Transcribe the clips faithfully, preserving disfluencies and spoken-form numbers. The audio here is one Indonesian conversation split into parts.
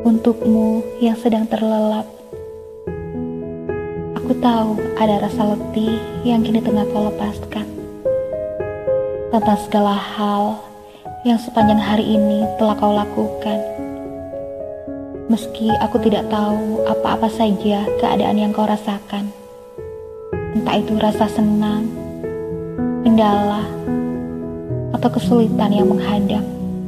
Untukmu yang sedang terlelap, aku tahu ada rasa letih yang kini tengah kau lepaskan tentang segala hal yang sepanjang hari ini telah kau lakukan. Meski aku tidak tahu apa-apa saja keadaan yang kau rasakan, entah itu rasa senang, kendala, atau kesulitan yang menghadang.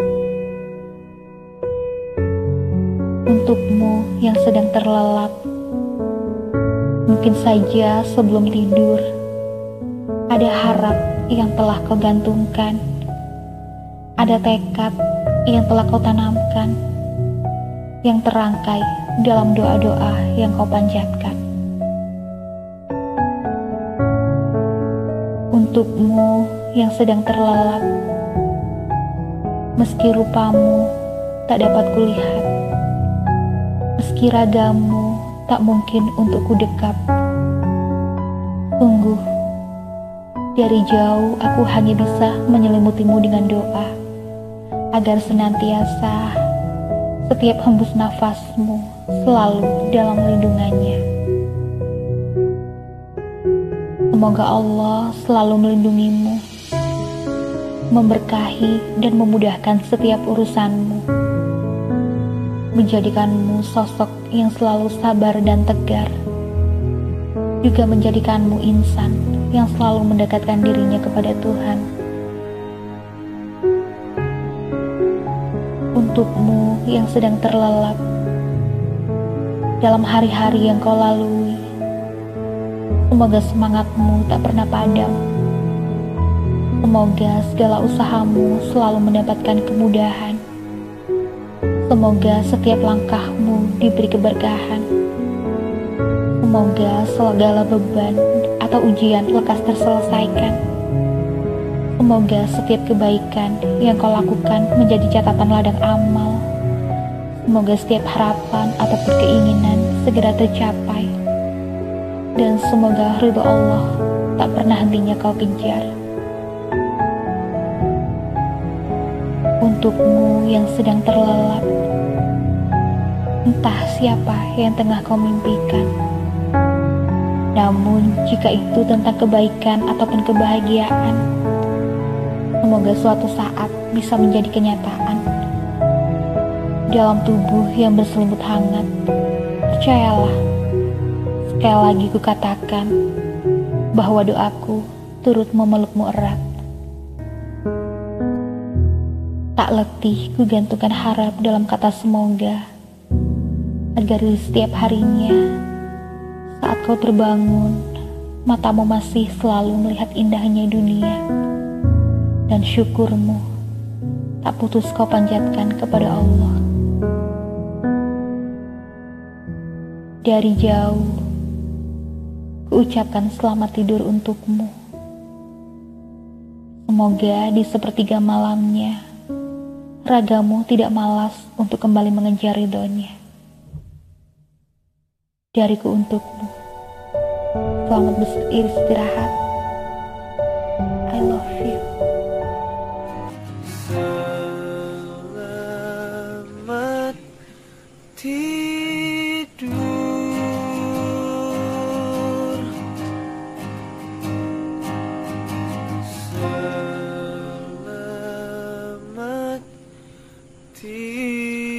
Untukmu yang sedang terlelap, mungkin saja sebelum tidur ada harap yang telah kau gantungkan, ada tekad yang telah kau tanamkan, yang terangkai dalam doa-doa yang kau panjatkan. Untukmu yang sedang terlelap, meski rupamu tak dapat kulihat, meski ragamu tak mungkin untuk kudekap, sungguh dari jauh aku hanya bisa menyelimutimu dengan doa agar senantiasa setiap hembus nafasmu selalu dalam lindungannya. Semoga Allah selalu melindungimu, memberkahi dan memudahkan setiap urusanmu, menjadikanmu sosok yang selalu sabar dan tegar, juga menjadikanmu insan yang selalu mendekatkan dirinya kepada Tuhan. Untukmu yang sedang terlelap, dalam hari-hari yang kau lalui, semoga semangatmu tak pernah padam. Semoga segala usahamu selalu mendapatkan kemudahan. Semoga setiap langkahmu diberi keberkahan. Semoga segala beban atau ujian lekas terselesaikan. Semoga setiap kebaikan yang kau lakukan menjadi catatan ladang amal. Semoga setiap harapan ataupun keinginan segera tercapai. Dan semoga ridho Allah tak pernah hentinya kau kejar. Untukmu yang sedang terlelap, entah siapa yang tengah kau mimpikan. Namun jika itu tentang kebaikan ataupun kebahagiaan, semoga suatu saat bisa menjadi kenyataan. Dalam tubuh yang berselimut hangat, percayalah, sekali lagi kukatakan bahwa doaku turut memelukmu erat. Tak letih kugantungkan harap dalam kata semoga, agar di setiap harinya saat kau terbangun, matamu masih selalu melihat indahnya dunia, dan syukurmu tak putus kau panjatkan kepada Allah. Dari jauh, kuucapkan selamat tidur untukmu. Semoga di sepertiga malamnya, ragamu tidak malas untuk kembali mengejar ridhonya. Dariku untukmu, selamat beristirahat. I love you. Selamat tidur. Selamat tidur.